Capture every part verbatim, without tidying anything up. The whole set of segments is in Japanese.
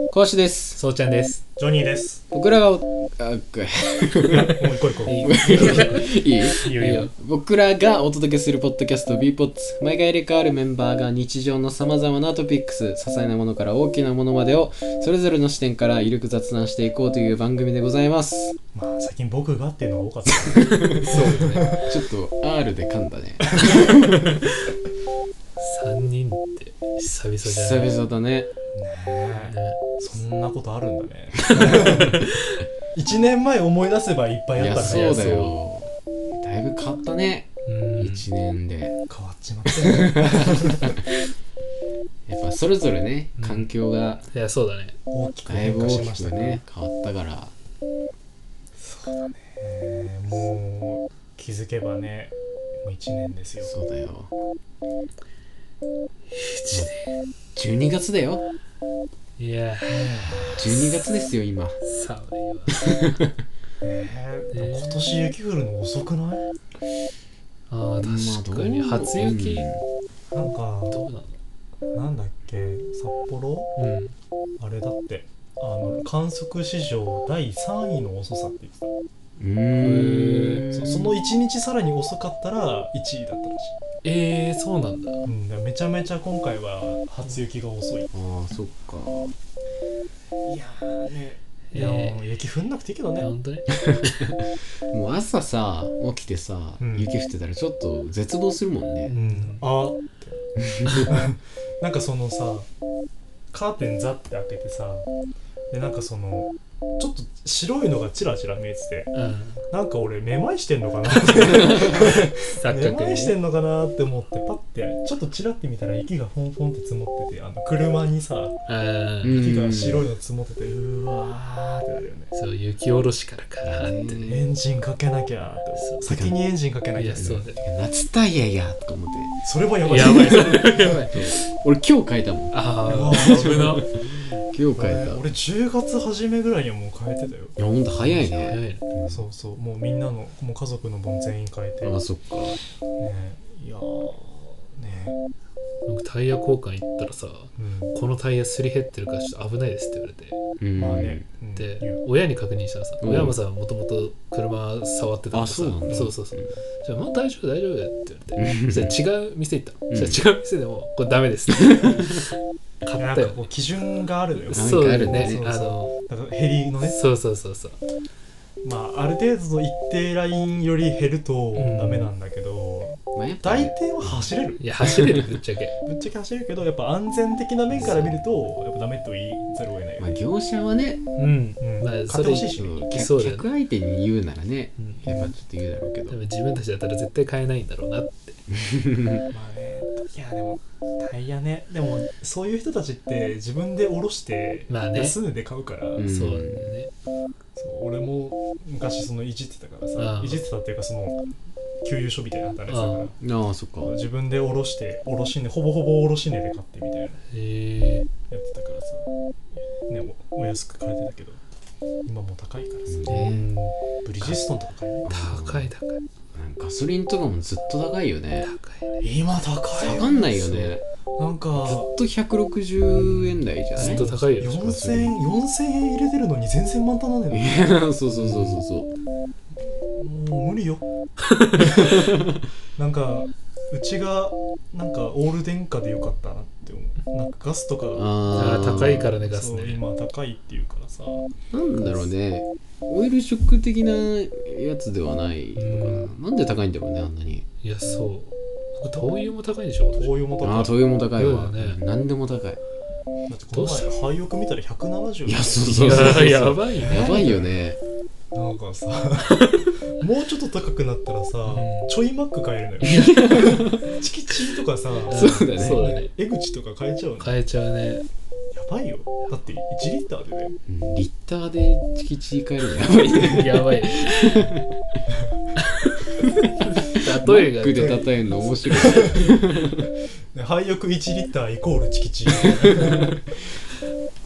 小橋です。 そうちゃんです。 ジョニーです。 僕らがおあっもう一個一個いいいいいいよいいよ。 僕らがお届けするポッドキャスト B ポッツ。毎回入れ替わるメンバーが日常のさまざまなトピックス、些細なものから大きなものまでをそれぞれの視点からゆるく雑談していこうという番組でございます。 まあ最近僕がっていうのが多かった、ね、そうですね。ちょっと R で噛んだね。 さんにんって久々じゃない？ 久々だね。 ねえ、ね、そんなことあるんだね。いちねんまえ思い出せばいっぱいあったね。 いやそうだよ。だいぶ変わったね。いちねんで変わっちまったね。 やっぱそれぞれね、環境が、 うん、いやそうだね、 大きくだいぶ大き変化しましたくね変わったから。 そうだね。もう気づけばね、もういちねんですよ。 そうだよ。 いちねんじゅうにがつだよ。 いやじゅうにがつですよ今。 寒いわ。 えー、今年雪降るの遅くない？ ああ確かに初雪、 うん、なんかどうなのなんだっけ札幌、 うん、 あれだってあの観測史上だいさんいの遅さって言ってた。 うーんそ, そのいちにちさらに遅かったらいちいだったらしい。 えー、そうなんだ、 うん、めちゃめちゃ今回は初雪が遅い。 ああそっか。 いやーね、いや、 えー、 雪降んなくていいけどね。 本当にもう朝さ起きてさ、うん、雪降ってたらちょっと絶望するもんね、 うん、あってなんかそのさカーテンザッて開けてさでなんかそのちょっと白いのがチラチラ見えてて、うん、なんか俺めまいしてんのかなってめまいしてんのかなって思ってパッてちょっとチラって見たら雪がフォンフォンって積もってて、あの車にさ雪が白いの積もっててうわーってなるよね。 そう雪下ろしからからってね、 エンジンかけなきゃって先にエンジンかけなきゃって、 そうだよ夏タイヤやと思ってそれはやばいやばいやばい俺今日変えたもん。 ああ自分の今日変えた。 俺じゅうがつ初めぐらいにはもう変えてたよ。 いやほんと早いね。 早いね、 うん、そうそうもうみんなのもう家族の分全員変えて。 あそっか。 ねいやーね僕タイヤ交換行ったらさ、うん、このタイヤすり減ってるからちょっと危ないですって言われて、 うん、 まあね、 で、うん、親に確認したらさ、うん、親もさもともと車触ってたからさ、 そうなんだ。 そうそうそう、じゃあもう大丈夫大丈夫って言われて、じゃあ違う店行ったの、うん、じゃあ違う店でもこれダメですって買ったよ。 こう基準があるのよ。 そうだよね。 そうそうあのだから減りのね。 そうそうそうそう。 まあある程度の一定ラインより減るとダメなんだけど、うん、大抵は走れる。 いや走れるぶっちゃけ。 ぶっちゃけ走れるけどやっぱ安全的な面から見るとやっぱダメと言いざるを得ないよね。 まあ業者はね、 うん、うん、まあ買ってほしいし、 客相手に言うならね、うん、やっぱちょっと言うだろうけど。 でも自分たちだったら絶対買えないんだろうなって。 まあね、いやでもタイヤね、でもそういう人たちって自分で下ろして安値で買うから、 まあね、そうだよね。 そう俺も昔そのいじってたからさ、いじってたっていうかその給油所みたいな働いてたから、 ああそっか。 自分で下ろして卸値ほぼほぼ卸値で買ってみたいなやってたからさ、ね お, お安く買えてたけど今もう高いからさ、 ね、 ブリヂストンとか買えない。 高い高い。 ガソリンとかもずっと高いよね。 高いね。 今高いよ。 下がんないよね。 なんかずっとひゃくろくじゅうえん台じゃない？ ずっと高いよ。 よんせんえん入れてるのに全然満タンなんだよね。 そうそうそうそうそう。 もう無理よ。なんかうちがなんかオール電化でよかったなって思う。なんかガスとかああ高いからねガスね。 今高いっていうからさ。 なんだろうね。オイルショック的なやつではないのかな、うん、なんで高いんだろうねあんなに。 いやそう灯油も高いでしょ。 灯油も高い。 ああ灯油も高いわ、 ね、 何でも高い。 だってこの前廃屋見たらひゃくななじゅう。 いやそうそうそうそうやばいね。 やばいよね。 なんかさもうちょっと高くなったらさ、うん、ちょいマック買えるのよ。チキチとかさ、 そうだね、 そうだね、 江口とか買えちゃうの。 買えちゃうね。 やばいよ。だっていちリッターでね、 うん、リッターでチキチ買えるのやばいね。 やばいね。例えがマックで例えるの面白い。 廃屋いちリッターイコールチキチ。ね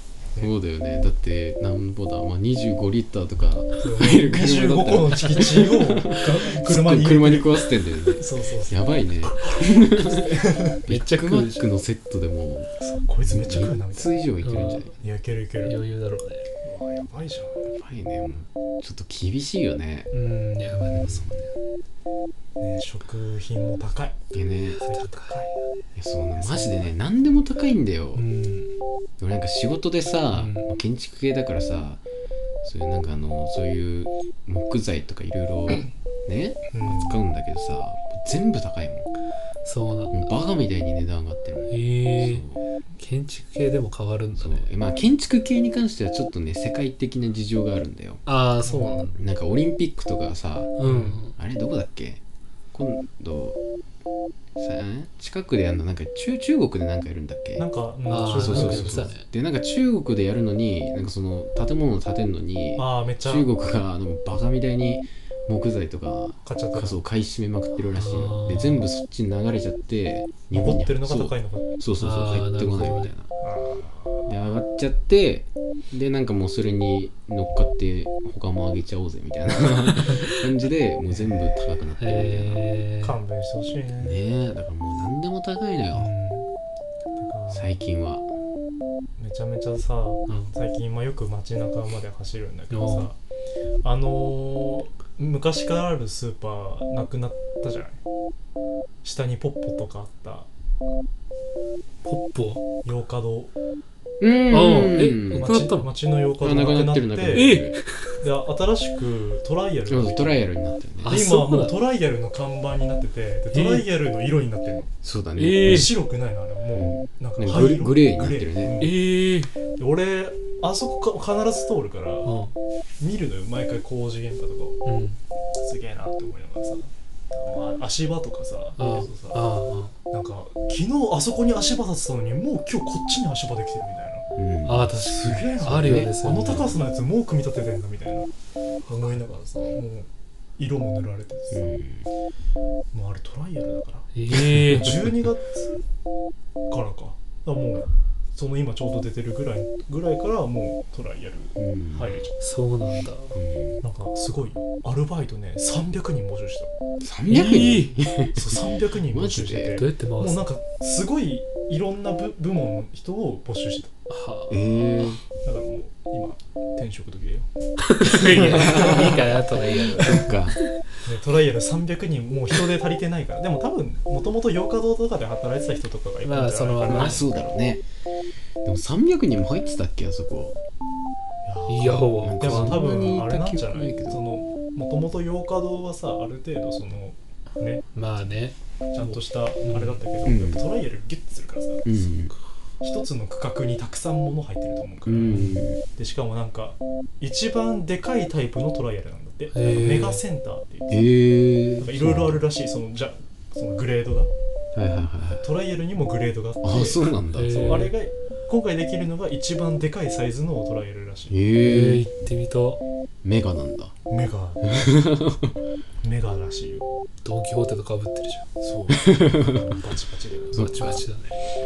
そうだよね。だってなんぼだ、まあ、にじゅうごリッターとか入るにじゅうご車だったらこの敷地をが車に車に食わせてんだよね。 そうそうそうやばいね。 めっちゃ食マうでしょックのセットでもこいつめっちゃ食うなみ 3 たいつ以上いけるんじゃない？ ないやいけるいける余裕だろうね。 うわやばいじゃんやばいね。もうちょっと厳しいよね。 うん、いやまあでもそうね。 ね食品も高いいやね。い最近高いやそうね。マジでね、何でも高いんだよ。 うん俺なんか仕事でさ、 うんまあ建築系だからさ、そういうなんかあのそういう木材とかいろいろねうん使うんだけどさ、全部高いもん。 そうなんだ。 もうバカみたいに値段上がってるもん。 へえそう建築系でも変わるんだそうね。 まあ建築系に関してはちょっとね世界的な事情があるんだよ。 ああそうなんだ。 なんかオリンピックとかさ、 うんあれどこだっけ、今度さ近くでやるのなんか中中国でなんかやるんだっけ。 なんかうんあーそうそうそうなんか言ってたね。 でなんか中国でやるのになんかその建物を建てるのにあーめっちゃ中国があのバカみたいに木材とか買っちゃった仮想買い占めまくってるらしいよ。 あーで全部そっちに流れちゃって日本に残ってるのが高いのかそうそうそうそうあー入ってこないみたいな。 あで上がっちゃってでなんかもうそれに乗っかって他も上げちゃおうぜみたいな感じでもう全部高くなってるみたいな。 へえー勘弁してほしいねねえだからもう何でも高いのよ、 うんだから最近は。 めちゃめちゃさうん最近まあよく街中まで走るんだけどおうさあのー昔からあるスーパーなくなったじゃない。下にポッポとかあったポッポ洋華堂うーんあえなくなったの？ 街の洋華あなく堂なくなってなっるなくなってえる。 で新しくトライアルがそうそうトライアルになってるね。 あで今はそうなんだもうトライアルの看板になっててでトライアルの色になってるの、 そうだね、 えー白くないのあれもうなんかね灰色グレーになってるねグレーええうんで俺あそこか必ず通るからうん見るのよ毎回工事現場とかをうんすげえなって思いながらさ、まあ、足場とかさあそうさあなんか昨日あそこに足場立ってたのにもう今日こっちに足場できてるみたいなうんああ確すかげえなあるよねえそういうのあの高さのやつもう組み立ててんだみたいな思いながらさもう色も塗られててさ、もうあれトライアルだからにええじゅうにがつからかだからもうその今ちょうど出てるぐらいぐらいからもうトライアルうん入れちゃそうなんだ。 うんうなんかすごいよアルバイトねさんびゃくにん募集しさんびゃくにん、 たそうさんびゃくにん募集してどうてやって回すの？ もうなんかすごいいろんな部部門の人を募集してはえー、 ただからもう今転職時だよ、 あいやいいかなとかいいやろ。 そっか。 ね、トライアルさんびゃくにんもう人手足りてないからでも多分もともと洋華堂とかで働いてた人とかがいたんじゃないかな、 まあそのまままあそうだろうね。でもさんびゃくにんも入ってたっけあそこ。 いやなんほでも多かそんなに分あれなんじゃないた記憶ないけどいそのもともと洋華堂はさある程度そのねまあね。 ちゃんとしたあれだったけど、 うんやっぱトライアルギュッてするからさうん一つの区画にたくさん物入ってると思うかうら、 んでしかもなんか一番でかいタイプのトライアルなんだってへーメガセンターって言ってえー、 なんかいろいろあるらしいそのじゃそのグレードがはいはいはいはい。 トライアルにもグレードがあってあそうなんだ。 へーそうあれが今回できるのが一番でかいサイズのトライアルらしいええー、 ー、行ってみた。 メガなんだ。 メガメガらしいよドン・キホーテとかぶってるじそうバチバチでゃん。バチバチだね。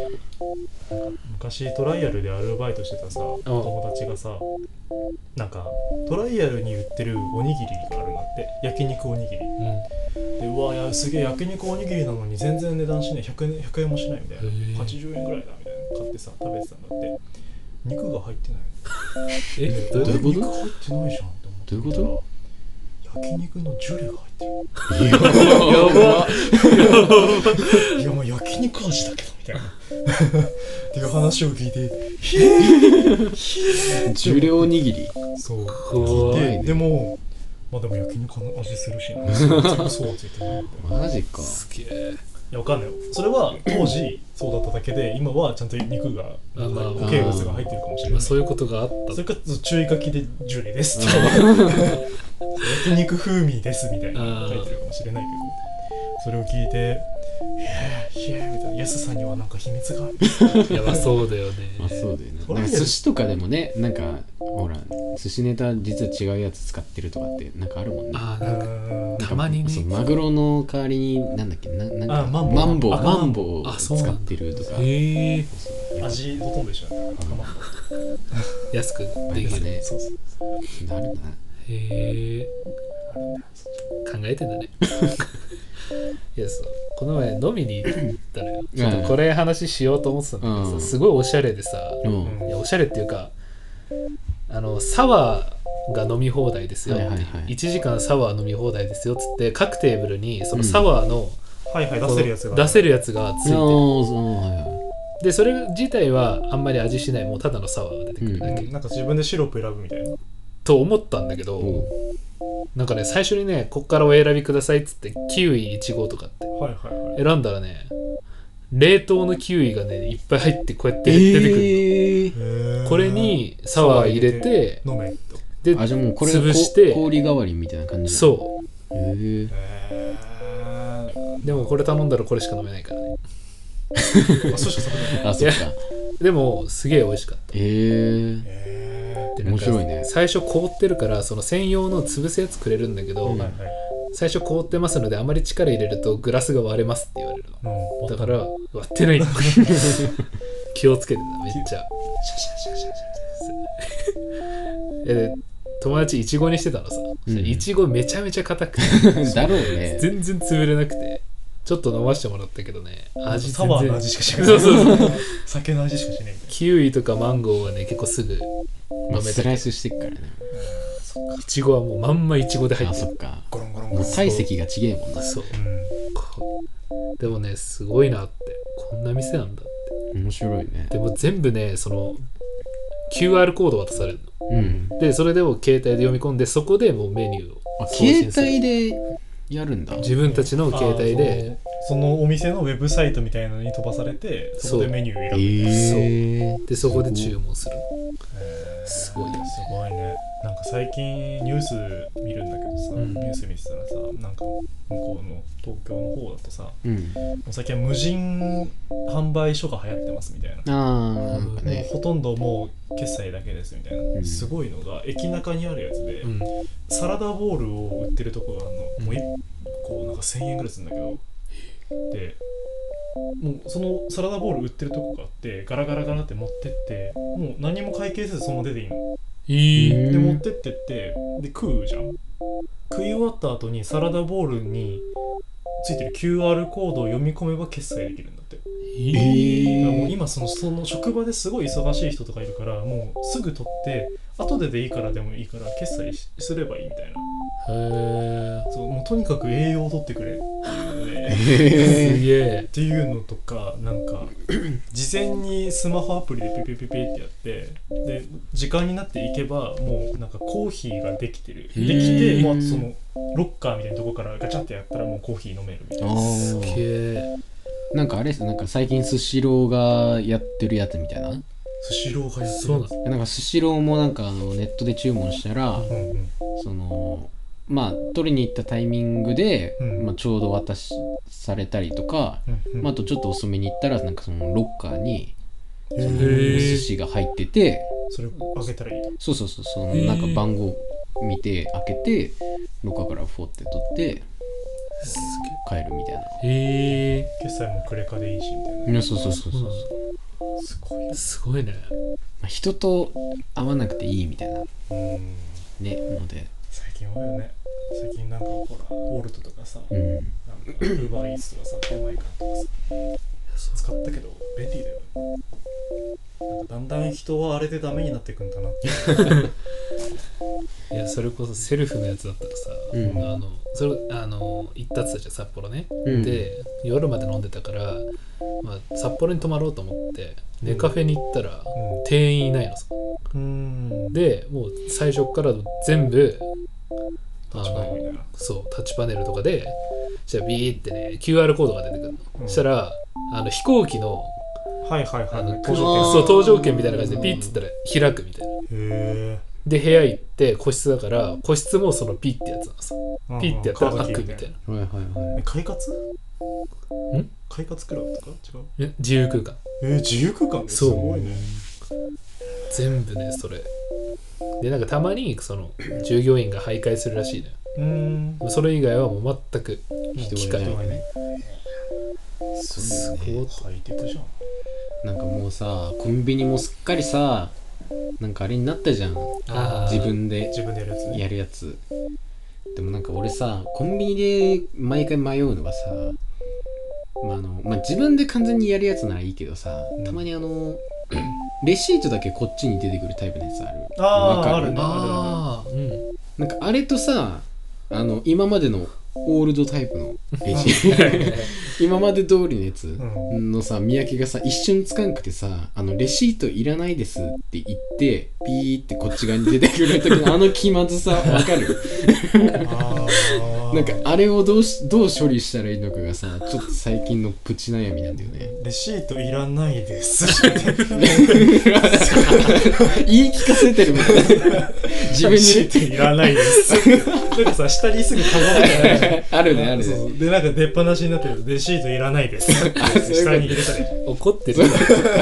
昔トライアルでアルバイトしてたさ友達がさなんかトライアルに売ってるおにぎりがあるんだって焼肉おにぎりうん。 でうわやすげえ焼肉おにぎりなのに全然値段しないひゃくえん、ひゃくえんもしないみたいなへーはちじゅうえんぐらいだみたいな買ってさ食べてたんだって肉が入ってないえどういうどういうこと肉入ってないじゃんって思ってどういうこと焼肉のジュレが入ってやばるいやもう焼肉味だけどみたいなっていう話を聞いてひえーひえージュレおにぎり。 そう怖いででもまあでも焼肉の味するしなそうそうついてないみたいなマジか。 すげえ。 いやわかんないよそれは当時そうだっただけで今はちゃんと肉があまあ固形物が入ってるかもしれないまあそういうことがあったそれか注意書きでジュレですと焼肉風味ですみたいな書いてるかもしれないけどそれを聞いて「へえへえ」みたいな「ヤスさんにはなんか秘密がある」 いやまあそうだよね。 まあそうだよね。 トライアルなんか寿司とかでもね、なんかほら寿司ネタ実は違うやつ使ってるとかってなんかあるもんね。 ああなんかうんたまにねそうマグロの代わりになんだっけななんかあマンボウマンボウ赤マンボウをあそうなんだ使ってるとか。 へえ。 味ほとんど一緒なんだよ赤マンボウ安くできる、 ね、 そうそうなるんだな。 へえ考えてんだねいやそうこの前飲みに行ったのよちょっとこれ話しようと思ってたんだけどさ、 うん、 すごいおしゃれでさ、 うんうん、いやおしゃれっていうかあのサワーが飲み放題ですよ、 はいはいはい、 いちじかんサワー飲み放題ですよっつって各テーブルにそのサワーの、 うん、はいはい出せるやつが出せるやつがついてる、 はいはい、 でそれ自体はあんまり味しないもうただのサワーが出てくるだけ、 うん、なんか自分でシロップ選ぶみたいなと思ったんだけど、なんかね最初にねこっからお選びくださいっつってキウイいちごとかって選んだらね冷凍のキウイがねいっぱい入ってこうやって出てくるの、えー、これにサワー入れて飲めとであじゃあもうこれ潰して氷代わりみたいな感じ。 そうへーえー、でもこれ頼んだらこれしか飲めないからねあそうしか食べないあそっかでもすげえ美味しかったへーえでなんか面白いね。 最初凍ってるからその専用の潰すやつくれるんだけど、 うんはいはい最初凍ってますのであまり力入れるとグラスが割れますって言われるの、 うん、 だから割ってないの気をつけてためっちゃシャシャシャシャシャえ友達いちごにしてたのさ、 うん、 いちごめちゃめちゃ硬くてだろうね全然潰れなくてちょっと飲ませてもらったけどね味サワーの味しかしないそうそうそう酒の味しかしないみたいなキウイとかマンゴーはね結構すぐ飲まあ、 めたスライスしてっからね。 いちごはもうまんまいちごで入あってるそっか。 ゴロンゴロンゴもうロン体積が違えもんな。 そううんこでもねすごいなってこんな店なんだって面白いね。 でも全部ねその キューアール コード渡されるの、 うん、 でそれでも携帯で読み込んでそこでもうメニューをあ携帯でやるんだ。 自分たちの携帯でその、そのお店のウェブサイトみたいなのに飛ばされてそこでメニューを選ぶ。 えー、 でそこで注文するえー、 すごいよねすごいね。なんか最近ニュース見るんだけどさ、 うん、 ニュース見てたらさなんか向こうの東京の方だとさ、 うん、 最近は無人販売所が流行ってますみたいな。 あーなんかね、 もうほとんどもう決済だけですみたいな、 うん、すごいのが駅中にあるやつで、 うん、 サラダボールを売ってるとこがあるの、うん、もういっこなんかせんえんぐらいするんだけど、でもうそのサラダボール売ってるとこがあってガラガラガラって持ってってもう何も会計せずそのまま出ていいの。 いいで持ってってってで食うじゃん。食い終わった後にサラダボールについてる キューアール コードを読み込めば決済できるんだって。 えー、 だからもう今そのその職場ですごい忙しい人とかいるからもうすぐ取って後ででいいからでもいいから決済すればいいみたいな。 へーそうもうとにかく栄養を取ってくれっていうのですげえっていうのとかなんか事前にスマホアプリでピピピピってやってで時間になっていけばもうなんかコーヒーができてるできてもうそのロッカーみたいなとこからガチャってやったらもうコーヒー飲めるみたいな。 すげえなんかあれですなんか最近スシローがやってるやつみたいな。 スシローがやってるそうなんなんかスシローもなんかあのネットで注文したら、 うんうん、 そのまあ取りに行ったタイミングで、 うんまあ、ちょうど渡しされたりとか、 うんうんまあ、あとちょっと遅めに行ったらなんかそのロッカーにそのおへー寿司が入ってて、 それを開けたらいいと。 そうそうそうそのなんか番号見て開けてロッカーからフォって取って帰るみたいな。 へえ決済もクレカでいいしみたいな。 いやそうそうそうそう、 すごいね。 すごいねまあ、人と会わなくていいみたいなうんねので、 最近多いよね。最近なんかほらウォルトとかさ、 うん、 なんかウーバーイーツとかさ出前館とかさ使ったけど便利だよね。なんかだんだん人はあれでダメになっていくんだなっていやそれこそセルフのやつだったらさ、 うん、 あのそれあの行ったって言ったじゃん札幌ね、 うん、 で夜まで飲んでたから、まあ、札幌に泊まろうと思ってネカフェに行ったら、うん、店員いないのさ、 うん、 でもう最初から全部タッチパネルみたいな、 そうタッチパネルとかでじゃあビーってね キューアール コードが出てくるの、うん、そしたらあの飛行機のはいはいはい、 あの搭乗券そう搭乗券みたいな感じでピッて言ったら開くみたいな。 へで部屋行って個室だから個室もそのピッてやつなのさ、 うん、 ピッてやったら開くみたいな。 はいはいはい。 快活？ ん？ 快活クラブとか違う？ え自由空間。 えー、自由空間ですごいね。 全部ねそれ。でなんかたまにその従業員が徘徊するらしいね。 うーん。 それ以外はもう全く機械人がいないね。 すごいね。ハイテクじゃん。 なんかもうさコンビニもすっかりさなんかあれになったじゃん、 あー自分で自分でやるやつね。 やるやつ。でもなんか俺さ、コンビニで毎回迷うのがさ、まああのまあ、自分で完全にやるやつならいいけどさ、 うんたまにあのレシートだけこっちに出てくるタイプのやつある。 あーわかるあるねああうんなんかあれとさ、あの今までのオールドタイプのレシート今まで通りのやつうんのさ、見分けがさ一瞬つかんくてさ、あのレシートいらないですって言ってピーってこっち側に出てくる時のあの気まずさわかるあーなんかあれをどうしどう処理したらいいのかがさ、ちょっと最近のプチ悩みなんだよね。 レシートいらないです言い聞かせてるみたいな自分レシートにいらないですなんかさ下にすぐカゴみたいなのあるねあるね。 そうでなんか出っ放しになってるレシートいらないです下に入れたらいい怒ってる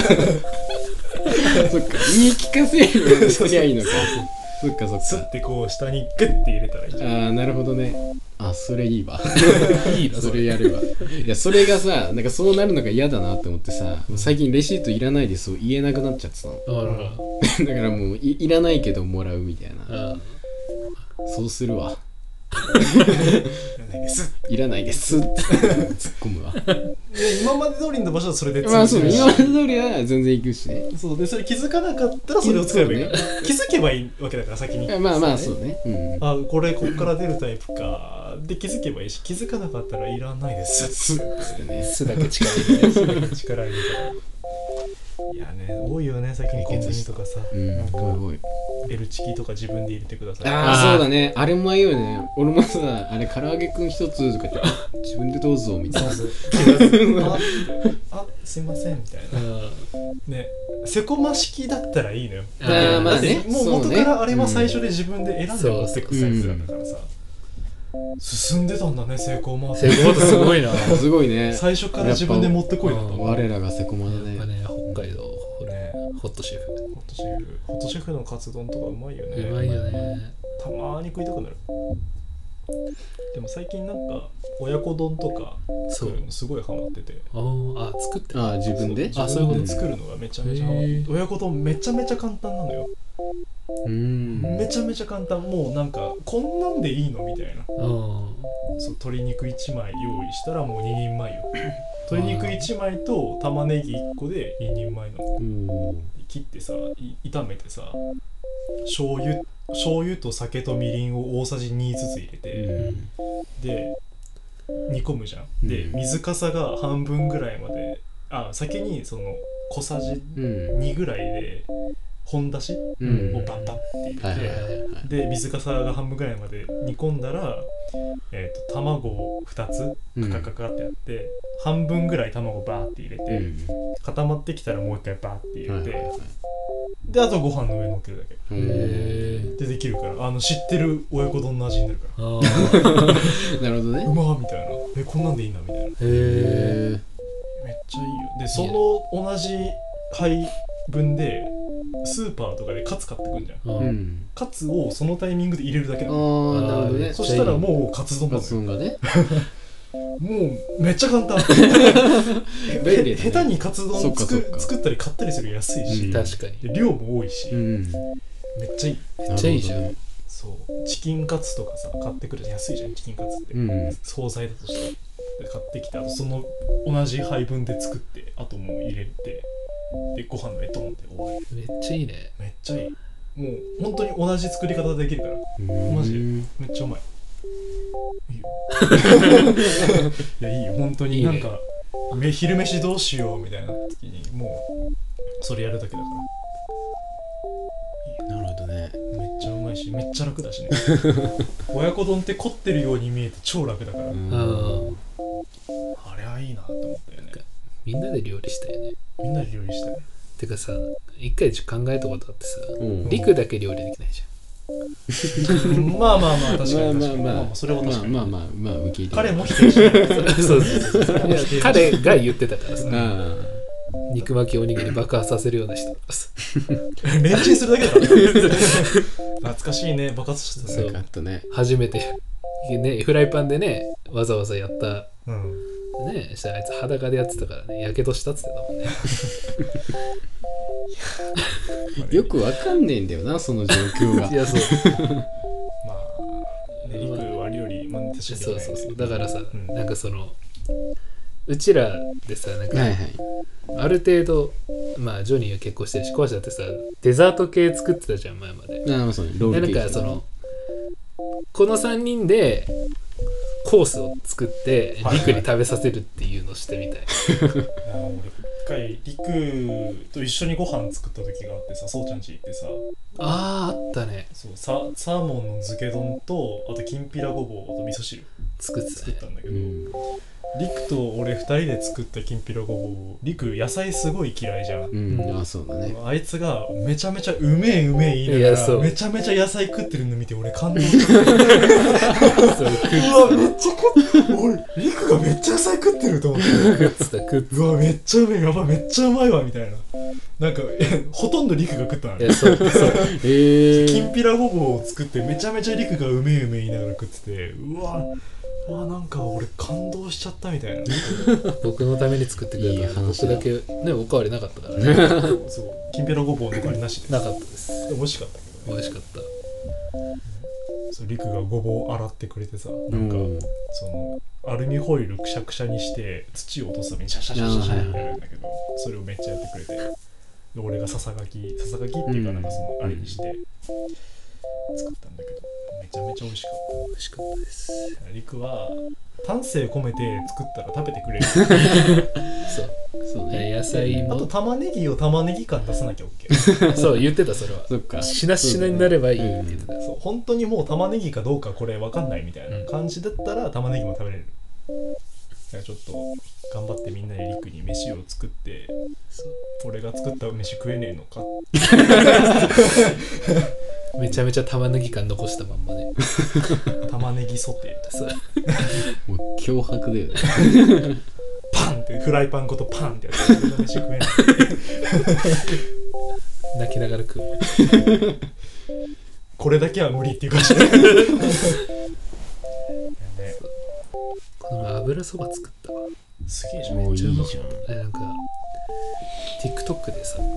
そっか、言い聞かせるようにすりゃいいのか。そっかそっか。 スッてこう下にグッて入れたらいいじゃんああ、なるほどね。あ、それいいわ。 いいのそれやるわ。いや、それがさ、なんかそうなるのが嫌だなって思ってさ、最近レシートいらないですを言えなくなっちゃってたの。 あららだからもうい、いらないけどもらうみたいな。 あそうするわ。 いらないですいらないですって突っ込むわ。 で今まで通りの場所はそれでまあそうね、 し今まで通りは全然行くしね。 そうでそれ気づかなかったらそれを使えばいい、 そう気づけばいいわけだから先にまあまあそうね。うん。 あこれこっから出るタイプかで気づけばいいし気づかなかったらいらないですすってね。 すだけ力入れて力入れたらいやね多いよね最近コンビニとかさ、 うん、 なんかおいおい。 L チキとか自分で入れてくださいああ、 あーそうだね。あれも迷うよね。俺もさ、あれ、唐揚げくん一つとか言って、あ自分でどうぞ、みたいな。 そうああすいませんみたいなねセコマ式だったらいいのよあーまあねだってもうそうね元からあれは最初で自分で選んで持ってくサイズだったからさ、進んでたんだねセコマセコマすごいなすごいね。 最初から自分で持ってこいだと思う我らがセコマだやっぱね。 ね北海道ねホットシェフホットシェフホットシェフのカツ丼とかうまいよねうまいよねたまーに食いたくなるでも最近なんか親子丼とか作るのすごいハマっててあーあ作ってああ、自分であそういうこと自分で作るのがめちゃめちゃハマってへー親子丼めちゃめちゃ簡単なのよ、 うーん。 めちゃめちゃ簡単もうなんかこんなんでいいのみたいなうんそう鶏肉いちまい用意したらもうににんまえよ鶏肉いちまいと玉ねぎいっこでににんまえのおー切ってさい炒めてさ醤油醤油と酒とみりんを大さじにずつ入れて、 うんで煮込むじゃんでうん水かさが半分ぐらいまであ先にその小さじうん。 にぐらいで本だしうん。 をバッバッって入れて、 はいはいはいはい。 で水かさが半分ぐらいまで煮込んだら、えー、と卵をふたつカカカカってやって、半分ぐらい卵バーって入れて、 うん。 固まってきたらもう一回バーって入れて、 はいはいはい。 であとご飯の上に乗っけるだけおーへえでできるからあの知ってる親子丼の味になるかあーなるほどね。 らうまーみたいなえこんなんでいいんだみたいなへえへめっちゃいいよでその同じ配分でスーパーとかでカツ買ってくんじゃんえ。うん。 カツをそのタイミングで入れるだけあなのあ、なるほどね。 そしたらもうカツ丼なカツのよ丼がね。 もうめっちゃ簡単便利だね下手にカツ丼そっかそっか作作ったり買ったりする安いし、 うん確かにで量も多いし、 うん。 めっちゃいいめっちゃいいじゃんなるそうチキンカツとかさ買ってくると安いじゃんチキンカツって、 ほどね。 惣菜だとしたらで買ってきてあとその同じ配分で作ってあともう入れてでご飯の上ドンって終わりめっちゃいいねめっちゃいいもう本当に同じ作り方できるからうん。 マジでうんめっちゃうまいいいよいやいいよ本当にいいねなんかめ昼飯どうしようみたいな時にもうそれやるだけだからなるほどね。 めっちゃうまいしめっちゃ楽だしね親子丼って凝ってるように見えて超楽だから、 うんうんあれはいいなって思ったよねみんなで料理したよねみんなで料理したいてかさ一回ちょっと考えたことあってさうんリクだけ料理できないじまあまあまあ確かに確かに、 まあまあまあそれは確かに、 まあまあまあまあ受け入れる。 彼も否定しないゃんそうそうそういや彼が言ってたからさあ肉巻きおにぎり爆破させるような人だからさレンチンするだけだから懐かしいね爆発してたあ、 ねそうかあったね。 初めてねフライパンでねわざわざやったうんねしたらあいつ裸でやってたからねやけどしたっつってたもんねよくわかんねえんだよなその状況がいやそうまあね、リクは料理、まあ、確かにそうそうそうだからさ、 うん、 なんかそのうちらでさなんか、 はいはい、 ある程度まあジョニーは結婚してるしコアシだってさデザート系作ってたじゃん前まで。 ああそうねロールケーキでなんかそのこのさんにんでコースを作ってリクに食べさせるっていうのをしてみたい。 あ俺一回リクと一緒にご飯作った時があってさ、そうちゃん家行ってさ、 あーあったね。 そう サ, サーモンの漬け丼とあときんぴらごぼうと味噌汁作ってた、 作ったんだけど、 うん、 リクと俺ふたりで作ったきんぴらごぼう、リク野菜すごい嫌いじゃん、 うん、あそうだね。 あいつがめちゃめちゃうめえうめえ言いながらめちゃめちゃ野菜食ってるの見て俺感動したうわめっちゃ食って俺リクがめっちゃ野菜食ってると思って食ってた食ってた。 うわめっちゃうめえやばいめっちゃうまいわみたいな、なんかほとんどリクが食ったのね。 そうそうえー、 きんぴらごぼうを作ってめちゃめちゃリクがうめえうめえ言いながら食ってて、うわうわなんか俺感動しちゃったみたいな僕のために作ってくれた。 いい話僕だけねおかわりなかったからねそうきんぴらごぼうの代わりなしでなかったです。 で美味しかったけどね。 美味しかった。 そうリクがごぼう洗ってくれてさ、なんか、うん、そのアルミホイルくしゃくしゃにして土を落とすためにシャシャシャシャシャってやるんだけど、それをめっちゃやってくれて、で俺がささがきささがきっていうかなんかそのあれにして作ったんだけど、めちゃめちゃ美味しかった。 美味しかったです。 リクは丹精込めて作ったら食べてくれるそうそうね、野菜もあと玉ねぎを玉ねぎ感出さなきゃ OK そう言ってた。それはそっかしなしなになればいいって言ってた、うん、 そう本当にもう玉ねぎかどうかこれ分かんないみたいな感じだったら玉ねぎも食べれる。だからちょっと頑張ってみんなでリクに飯を作って、俺が作った飯食えねえのかめちゃめちゃ玉ねぎ感残したまんまね玉ねぎソテーそうもう脅迫だよねパンってフライパンごとパンってやって俺の飯食えない泣きながら食うこれだけは無理っていう感じでこの油そば作ったわ。 すげえじゃん。 もういいじゃん。 なんか TikTok でさ、うん、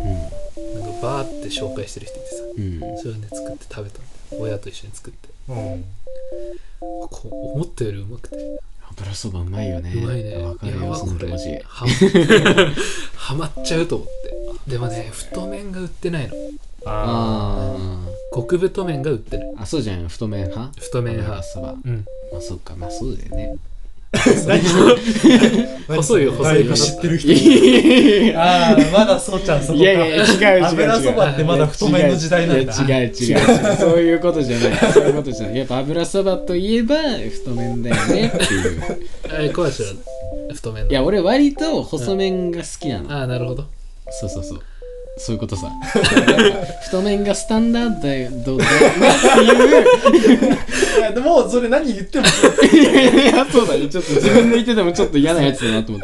なんかバーって紹介してる人いてさ、うん、それをね作って食べたんだよ。親と一緒に作って、うん、こう思ったよりうまくて。 油そばうまいよね。 うまいね。 わかるよその気持ち。 ははまっちゃうと思って。でもね太麺が売ってないの。 ああ。 極太麺が売ってる。 あ、そうじゃん。太麺派？ 太麺派。 そば。 うん。 まあそっか、まあそうだよね。 細いよ細いよ。 知ってる人。ああ、まだそうちゃんそこか。 いやいや違う違う違う。 油そばってまだ太麺の時代なんだ。 いや違う違う違う。そういうことじゃない。そういうことじゃない。やっぱ油そばといえば太麺だよねっていう。 え、小橋は太麺。 いや俺割と細麺が好きなの。 ああ、なるほど。 そうそうそう。そういうことさ。太麺がスタンダードだよどうだよっていういやでもそれ何言ってもいやいやそうだね。ちょっと自分で言っててもちょっと嫌なやつだなと思った。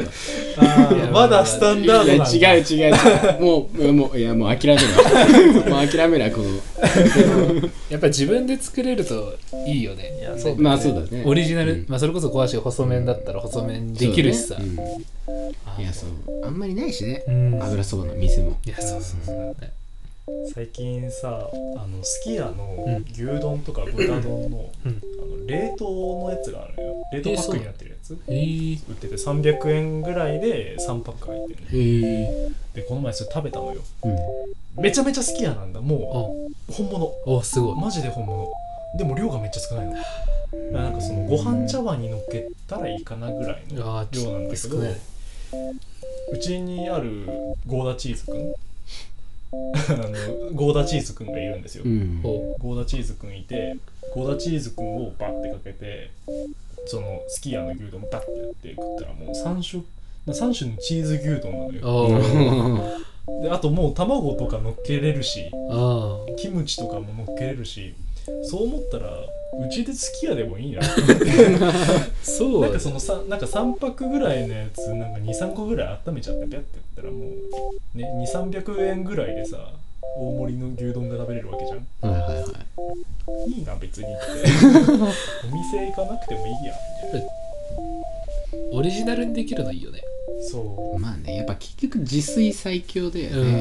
あまだスタンダードなんだ。 いや違う違う違う。もうもういやもう諦めろ。もう諦めろこの。 やっぱり自分で作れるといいよね。いやそうまあそうだね。 オリジナル、うん、まあそれこそ小橋細麺だったら細麺できるしさ。 ねうん、いやそうあんまりないしね。うん、油そばの店も。 いやそうそうそう。 最近さあのすき家の牛丼とか豚丼の、うん、あの冷凍のやつがあるのよ。冷凍パックになってるやつ、 えー、 売っててさんびゃくえんぐらいでさんパック入ってるの、 えー、 でこの前それ食べたのよ、うん、めちゃめちゃすき家なんだ。もう本物。 おすごいマジで本物でも量がめっちゃ少ないの。なんかそのご飯茶碗に乗っけたらいいかなぐらいの量なんだけど、うちにあるゴーダチーズくんあのゴーダチーズくんがいるんですよ、うん、ゴーダチーズくんいて、ゴーダチーズくんをバッてかけてそのすき家の牛丼バッてやって食ったらもうさん種さん種のチーズ牛丼なのよであともう卵とか乗っけれるしキムチとかも乗っけれるし、そう思ったらうちですき家でもいいなってそうなんかそのさなんかさんパックぐらいのやつなんか にさんこぐらい温めちゃってピャってやったらもうねにせんさんびゃくえんぐらいでさ大盛りの牛丼が食べれるわけじゃん。 はいはいはいいいな別にってお店行かなくてもいいやみたいな。 オリジナルにできるのいいよね。 そうまあねやっぱ結局自炊最強だよね、 う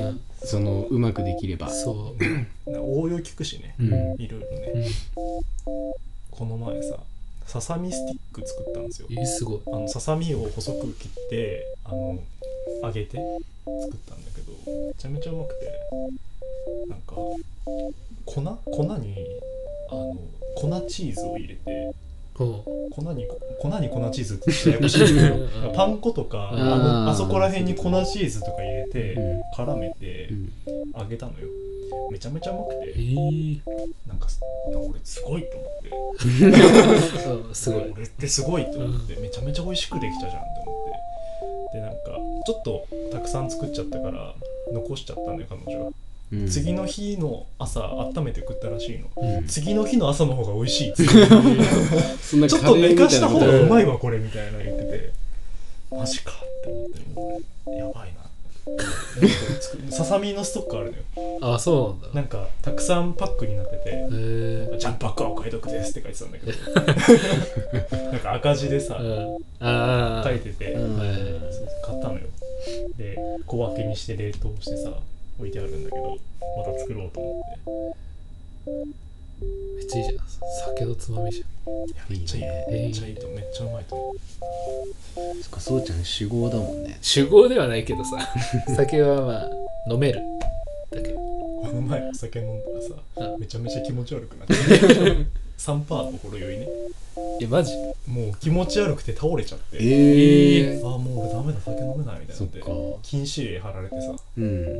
そのうまくできれば。 そう応用聞くしね、 うん、 いろいろね、うん、この前さささみスティック作ったんですよ。 えすごい。 あのささみを細く切ってあの揚げて作ったんだけどめちゃめちゃうまくて、なんか粉粉にあの粉チーズを入れて、粉に粉に粉チーズってややこしいけどパン粉とか あ, のあそこら辺に粉チーズとか入れて、うん、絡めて揚げたのよ。めちゃめちゃうまくて、えー、なんか俺すごいと思ってすごい俺ってすごいと思って、うん、めちゃめちゃ美味しくできたじゃんって思って、でなんかちょっとたくさん作っちゃったから残しちゃったんだよ彼女は。うん、次の日の朝温めて食ったらしいの、うん、次の日の朝の方が美味しいっつってそんなちょっと寝かした方がうまいわこれみたいな言ってて、マジかって思ってもうやばいなささみのストックあるのよ。 あ、そうなんだ。 なんかたくさんパックになってて、ジャンパックはお買い得ですって書いてたんだけどなんか赤字でさ、うん、あ書いてて、うん、買ったのよ。で小分けにして冷凍してさ置いてあるんだけど、また作ろうと思って。 めっちゃいいじゃん。酒のつまみじゃん。 いやめっちゃいい、ね、めっちゃいいとめっちゃうまいと思う。 そっか、そうちゃん酒豪だもんね。 酒豪ではないけどさ酒はまあ飲めるだけ。 この前お酒飲んだらさ、めちゃめちゃ気持ち悪くなってさんパーセント のほろ酔いね。 え、マジ？ もう気持ち悪くて倒れちゃって、 えー、 ああもう俺ダメだ酒飲めないみたいなで禁止令貼られてさ、うん、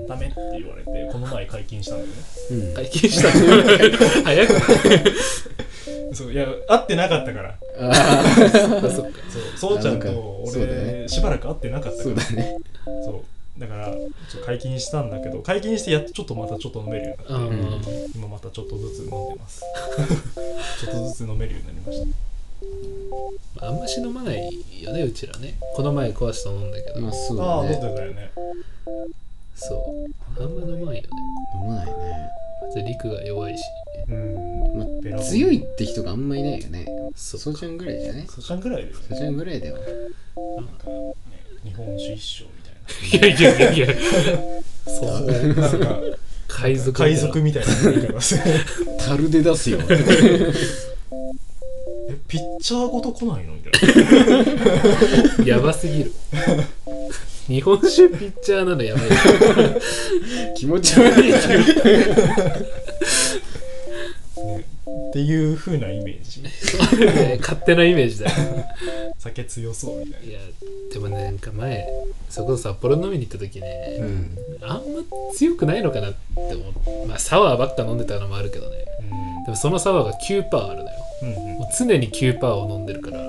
ダメって言われてこの前解禁したんだよね、 うん、解禁したの早くないそういや会ってなかったからああそっかそうそうちゃんと俺、ね、しばらく会ってなかったからそうだね。 そうだからちょっと解禁したんだけど、解禁してやっとちょっとまたちょっと飲めるようになって、うん、今またちょっとずつ飲んでますちょっとずつ飲めるようになりました。 あんまし飲まないよねうちらね。この前壊した飲んだけど、 まあそうだね、 ああ飲んでたよね。 そうあんま飲まないよね。 飲まないね。 まずリクが弱いし、 うん、まあ、強いって人があんまいないよね。そうちゃんぐらいじゃね。 そうちゃんぐらいだよね。 そうちゃんぐらいだよ。 なんか、ね、日本酒一生みたいな。 いやいやいやいやそうなんか海賊海賊みたいな飲み方する樽で出すよえピッチャーごと来ないのみたいなやばすぎる日本酒ピッチャーなのやばい気持ち悪い、ね、 っていう風なイメージ勝手なイメージだよ酒強そうみたいな。 いやでもね、なんか前そこそ札幌飲みに行った時ね、うん、あんま強くないのかなって思う。まあサワーばっか飲んでたのもあるけどね、うん、でもそのサワーが きゅうパーセント あるのよ、うんうん、もう常に きゅうパーセント を飲んでるから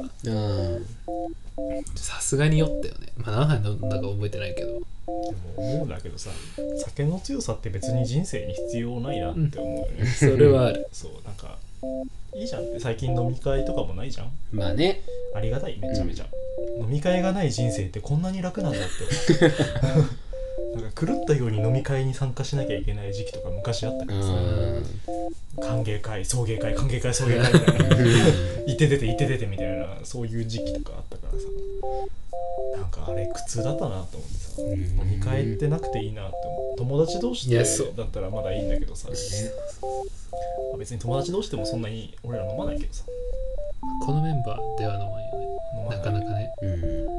さすがに酔ったよね。まあ何杯飲んだか覚えてないけど。でも思うんだけどさ、酒の強さって別に人生に必要ないなって思うよね、うん、 それはあるそうなんかいいじゃんって。最近飲み会とかもないじゃん。 まあね、 ありがたいめちゃめちゃ、うん、飲み会がない人生ってこんなに楽なんだって思うなんか狂ったように飲み会に参加しなきゃいけない時期とか昔あったからさ、歓迎会送迎会歓迎会送迎会みたいな行って出て行って出てみたいなそういう時期とかあったからさ、なんかあれ苦痛だったなと思ってさ、飲み会ってなくていいなって思う。友達同士でだったらまだいいんだけどさ、別に友達同士でもそんなに俺ら飲まないけどさ、 このメンバーでは飲まんよね、なかなかね、うん、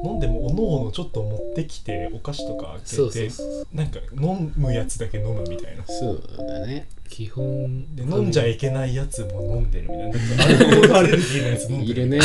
飲んでもおのおのちょっと持ってきてお菓子とか開けて、そうそうそうなんか飲むやつだけ飲むみたいな。 そうだね、 基本で飲んじゃいけないやつも飲んでるみたいな。アルコールアレルギーのやつ飲んでる。 いるね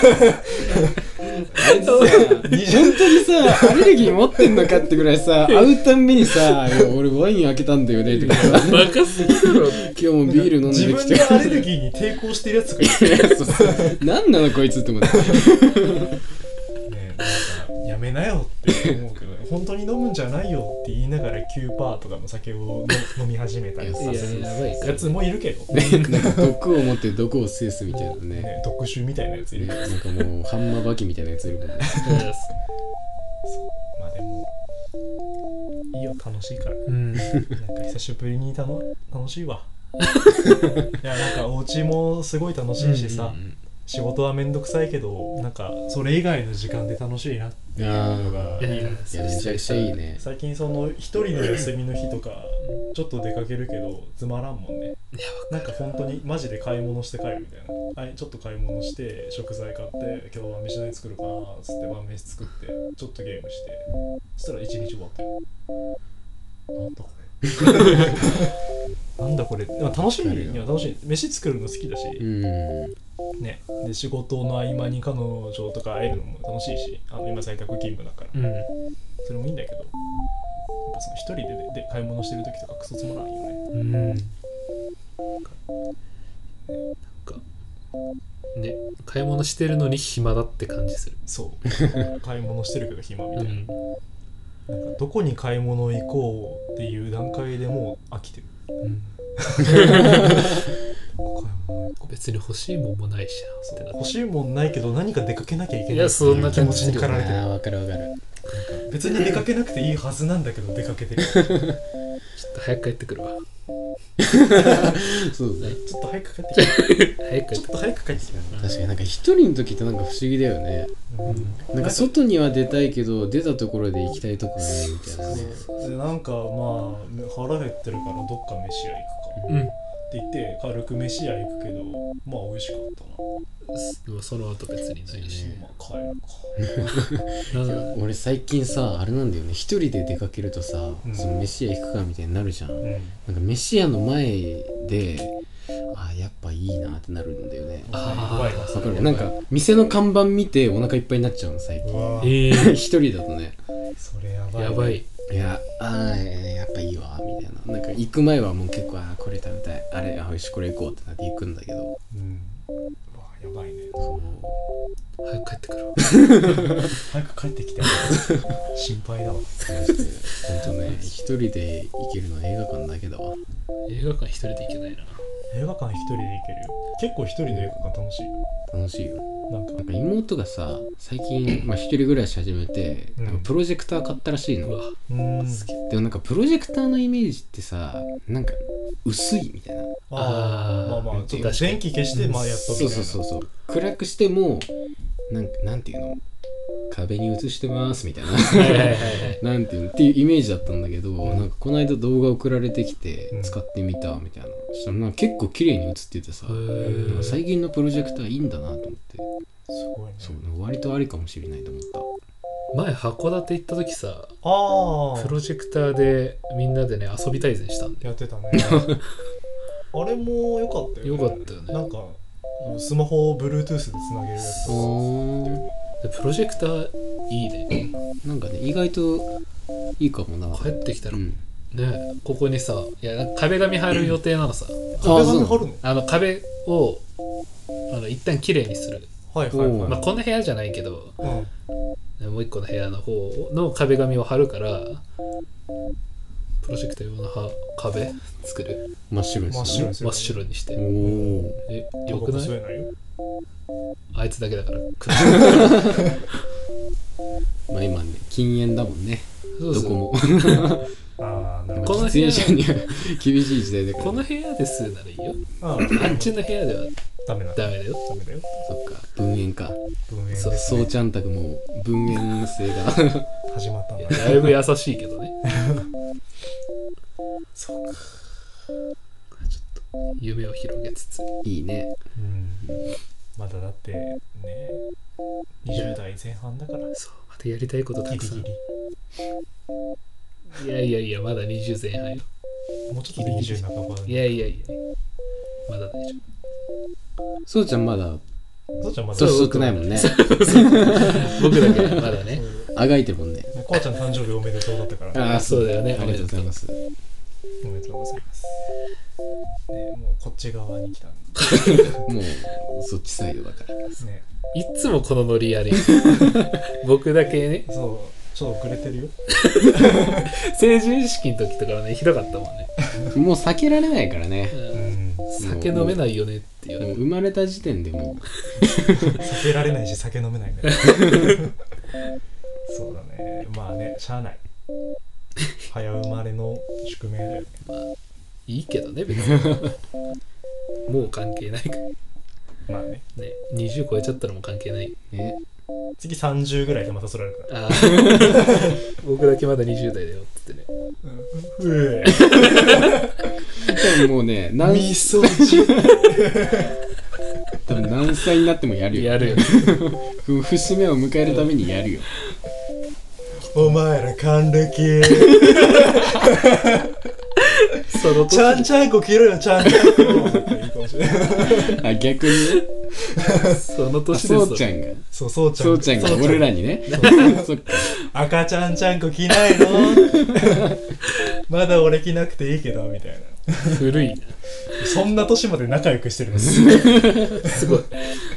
あいつさ本当にさアレルギー持ってんのかってぐらいさ会うたんびにさ俺ワイン開けたんだよねとかさバカすぎだろ今日もビール飲んできて自分のアレルギーに抵抗してるやつがいる何なのこいつって思ってねえ、なんかやめなよって思うけど本当に飲むんじゃないよって言いながら きゅうパーセント とかの酒を飲み始めたりさせるやつもいるけど、 なんか毒を持って毒を制すみたいな ね, ね毒臭みたいなやついる、 ね、なんかもうハンマーバキみたいなやついるもんねそうまあでもいいよ楽しいから、うん、なんか久しぶりに楽, 楽しいわいやなんかお家もすごい楽しいしさ、うんうんうん、 仕事はめんどくさいけどなんかそれ以外の時間で楽しいなっていうのがいいな。 いやめちゃくちゃいいね。 最近その一人の休みの日とかちょっと出かけるけどつまらんもんね。なんか本当にマジで買い物して帰るみたいな。はい、ちょっと買い物して食材買って今日は飯何作るかなっつって晩飯作ってちょっとゲームしてそしたら一日終わったよ。なんだこれなんだこれ。でも楽しい。いや楽しい。飯作るの好きだし、 うんね、で仕事の合間に彼女とか会えるのも楽しいし、あの今在宅勤務だから、 うん、 それもいいんだけど、やっぱその一人で、で, で買い物してる時とかクソつまらんよね。 うん、なんかね、買い物してるのに暇だって感じする。 そう買い物してるけど暇みたいな、うん、なんかどこに買い物行こうっていう段階でもう飽きてる、うん別に欲しいもんもないしな。 欲しいもんないけど何か出かけなきゃいけない。 いやそんな気持ちに駆られてる。 あ、わかるわかる。 別に出かけなくていいはずなんだけど出かけてる。 ちょっと早く帰ってくるわ。 そうだね。 ちょっと早く帰ってきて。 早くちょっと早く帰ってきて。 確かになんか一人の時ってなんか不思議だよね。うん、なんか外には出たいけど出たところで行きたいとこないみたいなね。 でなんかまあ腹減ってるからどっか飯屋行くか。うんって言って軽く飯屋行くけどまあ美味しかったな。 でもその後別にないし、 まあ帰るか。 俺最近さあれなんだよね、一人で出かけるとさ、うん、その飯屋行くかみたいになるじゃん、うん、なんか飯屋の前であやっぱいいなってなるんだよね。 ああわかる。なんか店の看板見てお腹いっぱいになっちゃうの最近。えー、一人だとね。 それやばい、 やばい。 いやあーやっぱいいわみたいな。なんか行く前はもう結構あこれ食べたいあれあよしこれ行こうってなって行くんだけど、 うん、うわやばいね。 そう早く帰ってくるわ早く帰ってきて心配だわ。 ほんとね一人で行けるのは映画館だけだわ。 映画館一人で行けないな。 映画館一人で行けるよ。結構一人の映画館楽しいよ。 楽しいよ。 なんかなんか妹がさ最近、まあ、一人暮らし始めて、うん、なんかプロジェクター買ったらしいの。うんでもなんかプロジェクターのイメージってさなんか薄いみたいな。 ああまあまあちょっと電気消してまあやっとみたいな。 そうそうそうそう暗くしてもなんなんていうの壁に映してますみたいななんていうのっていうイメージだったんだけど、うん、なんかこの間動画送られてきて使ってみたみたいな、うん、そしたらなんか結構綺麗に映っててさ、なんか最近のプロジェクターいいんだなと思って、 すごいね。 そう割とありかもしれないと思った。 前函館行った時さあプロジェクターでみんなでね遊び大全したんでやってたねあれも良かったよね。 良かったよね。 なんかスマホを Bluetooth でつなげるやつでプロジェクターいいねなんかね意外といいかもな。 帰ってきたら、うん、ねここにさいや壁紙貼る予定なのさ、うん、 壁紙貼るの？ あの壁をあの一旦きれいにする。 はいはいはい、 まあ、この部屋じゃないけど、うん、もう一個の部屋の方の壁紙を貼るからプロジェクター用の壁作る。 真っ白にする、 ね、真っ白にして。 おーえよくない？あいつだけだからまあ今ね禁煙だもんね。そうそうどこもあなるほど。喫煙者には厳しい時代だから。 この部屋で吸うならいいよ。あ, あっちの部屋ではダメだダメだよ。 ダメだよ。 そっか分煙か。 分煙そうそうちゃんたくもう分煙性が始まったんだ。 だいぶ優しいけどねそうか。ちょっと夢を広げつついいね。 うんまだだってねにじゅう代前半だから。 そうまたやりたいことたくさん。 ギリギリいやいやいやまだにじゅう前半よ。 もうちょっとでにじゅう半ば。 いやいやいやまだ大丈夫。 そうちゃんまだそうちゃんまだ年少ないもんね僕だけまだねあがいてるもんね。 こうちゃん誕生日おめでとうだったから、 ね、ああそうだよね。 ありがとうございます。 おめでとうございます、ね、もうこっち側に来たんでもうそっちサイドだからね。 いつもこのノリやる僕だけね。 そうちょっと遅れてるよ成人式の時とかはねひどかったもんねもう避けられないからね、 うん、酒飲めないよねっていう。 もう生まれた時点でもう避けられないし酒飲めないねそうだねまあねしゃあない早生まれの宿命だよね。 まあいいけどね別にもう関係ないから。 まあねねにじゅう超えちゃったらもう関係ない。 え次さんじゅうぐらいでまたそられるから。 あ僕だけまだにじゅう代だよってってね。 うん、うえ多分もうね何みそじ多分何歳になってもやるよ。 やるよ。 節目を迎えるためにやるよ。 お前ら還暦そのちゃんちゃんこ切ろよちゃんちゃんこあ逆にねその年です。 そうちゃんがそうそうちゃんそうちゃんが俺らにねそっか赤ちゃんちゃんこ着ないのまだ俺着なくていいけどみたいな。 古いな。 そんな年まで仲良くしてるのすごい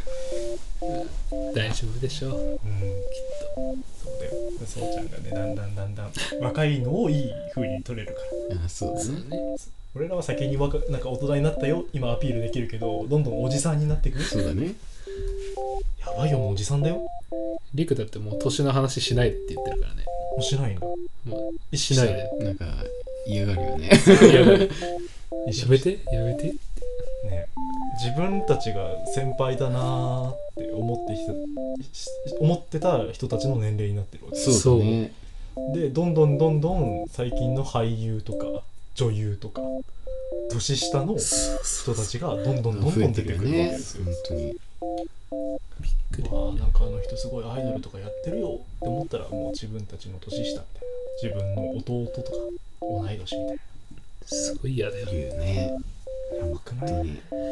大丈夫でしょう、うん、きっとそうだよ。そうちゃんがねだんだんだんだん若いのをいい風に取れるから。 あそうだね。 俺らは先に若なんか大人になったよ今アピールできるけどどんどんおじさんになっていく。 そうだね。 やばいよもうおじさんだよ。 リクだってもう年の話しないでって言ってるからね。 もうしないんだ。 もうしないで。 なんか嫌がるよね。 やめてやめてやめてね。 自分たちが先輩だなーって思ってきた思ってた人たちの年齢になってるわけ。 そうだね。 でどんどんどんどん最近の俳優とか女優とか年下の人たちがどんどんどんどん出てくるわけですよ。 本当に。 びっくり。 わあなんかあの人すごいアイドルとかやってるよって思ったらもう自分たちの年下みたいな自分の弟とか同い年みたいな。 すごい嫌だよ。 言うね。 やばくない？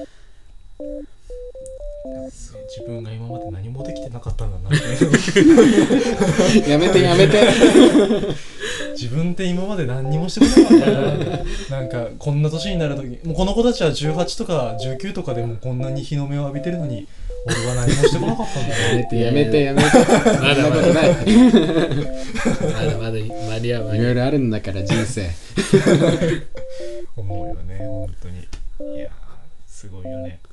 自分が今まで何もできてなかったんだなってやめてやめて自分って今まで何にもしてこなかったななんかこんな年になるときもうこの子たちはじゅうはちとかじゅうきゅうとかでもこんなに日の目を浴びてるのに俺は何もしてこなかったんだやめてやめてやめてまだまだないまだまだ間に合う間いに合う。 ろいろあるんだから人生思うよね本当に。いやすごいよね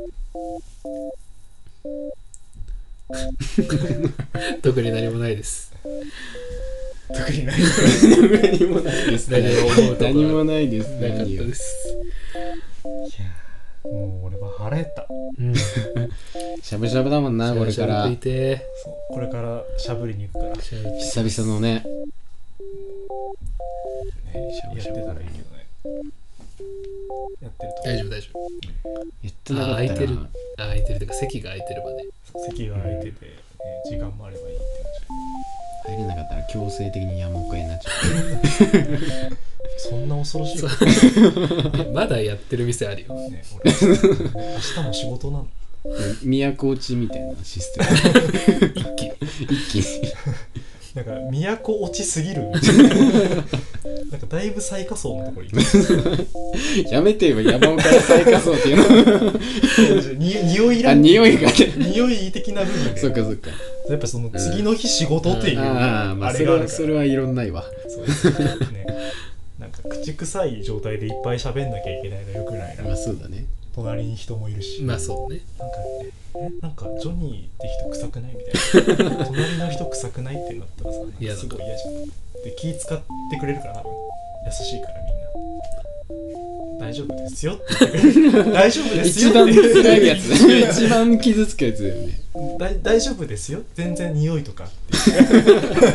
特に何もないです。 特にない何もないです何も思うとこ何もないですなかったです。 いやもう俺は腹減った。 うんしゃぶしゃぶだもんなこれから。 食いてそうこれからしゃぶりに行くから久々のねねやってたらいいけどね。やってると大丈夫大丈夫。 言ってなかったらあ空いてるあ空いてるとか席が空いてればね。 席が空いてて、ね、時間もあればいいって入れなかったら強制的に山岡になっちゃうそんな恐ろしいことまだやってる店あるよ、 と、ね、俺明日も仕事なの都落ちみたいなシステム一気一気になんか都落ちすぎるなんかだいぶ最下層のところ行くやめてよ山岡で最下層っていうのに匂いらあ匂いが匂い的な部分でそっかそっかやっぱその次の日仕事っていう、 うん、ああまあそれはそれはいろんないわそうですねなんか口臭い状態でいっぱい喋んなきゃいけないのよくないな。 まあそうだね隣に人もいるしまあそうね。 なんかえなんかジョニーって人臭くないみたいな隣の人臭くないってなったらさなんかすごい嫌じゃん。で気使ってくれるから多分優しいからみんな大丈夫ですよって言ってくれる大丈夫ですよ一番辛いやつ一番傷つくやつだよね大, 大丈夫ですよ全然匂いとかってそう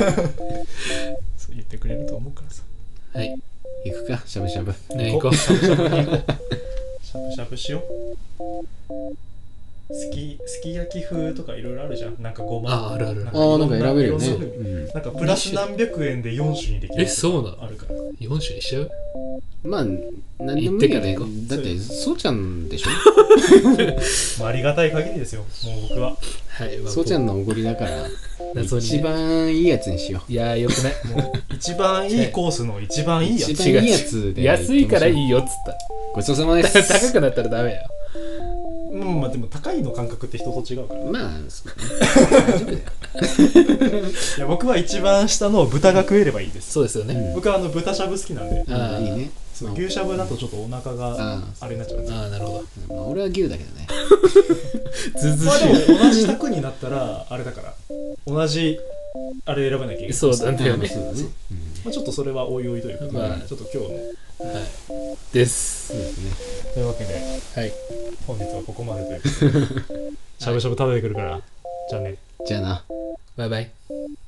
言ってくれると思うからさ。 はい行くかしゃぶしゃぶね行こうしゃぶしゃぶに行こうしゃぶしゃぶしよう。すきすき焼き風とかいろいろあるじゃん。なんかごまああるあるああなんか選べるよね、 うん、なんかプラス何百円でよん種にできる。 えそうなのあるからよん種にしちゃう。 まあ何でもいいよね。 行ってだってそうちゃんでしょまあありがたい限りですよもう僕は。 はい、 そうちゃんのおごりだから謎に、ね、 一番いいやつにしよう。 いやーよくないもう一番いいコースの一番いいやつ。 一番いいやつで安いからいいよっつったごちそうさまです高くなったらダメよ。 うんまあでも高いの感覚って人と違うからまあそうね大丈夫だよいや僕は一番下の豚が食えればいいです。 そうですよね、 うん、 僕はあの豚しゃぶ好きなんで。 ああいいね。 そう牛しゃぶだとちょっとお腹があれになっちゃうんですよ。 ああなるほど、 まあ、俺は牛だけどねずずしい。 まあでも同じ卓になったらあれだから同じあれ選ばなきゃいけない。 そうなんだよね。 そうだね、 まあ、ちょっとそれはおいおいというか、 まあ、 ちょっと今日のはいです。 そうですね。 というわけではい本日はここまでということでしゃぶしゃぶ食べてくるからじゃあねじゃあなバイバイ。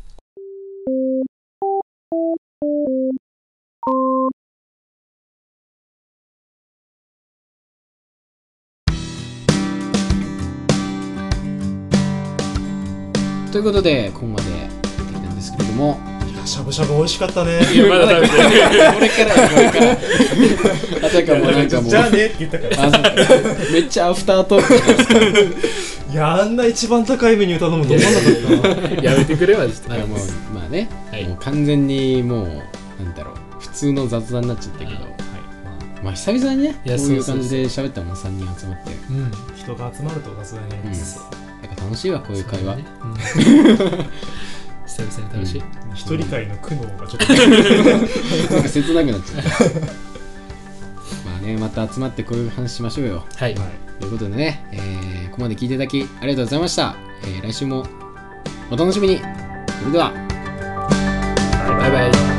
ということでここまでやってきたんですけれども、 いやしゃぶしゃぶ美味しかったね。 いやまだ食べてこれからやこれからあたかもなんかもうじゃあねって言ったからあそうかめっちゃアフタートークなんですかいやあんな一番高いメニュー頼むと思わなかったな。 やめてくれマジで。 あもうまあね、 はい、 もう完全にもうなんだろう普通の雑談になっちゃったけど、はい、まあ久々にねこういう感じで喋ったもんさんにん集まって、 うん、人が集まると雑談になります、 うん、なんか楽しいわこういう会話、ねうん、 久々に楽しい、 うん、一人会の苦悩がちょっとなんか切なくなっちゃったまあねまた集まってこういう話しましょうよ。 はい、 はい、ということでね、えー、ここまで聞いていただきありがとうございました、えー、来週もお楽しみに。それではバイバイ。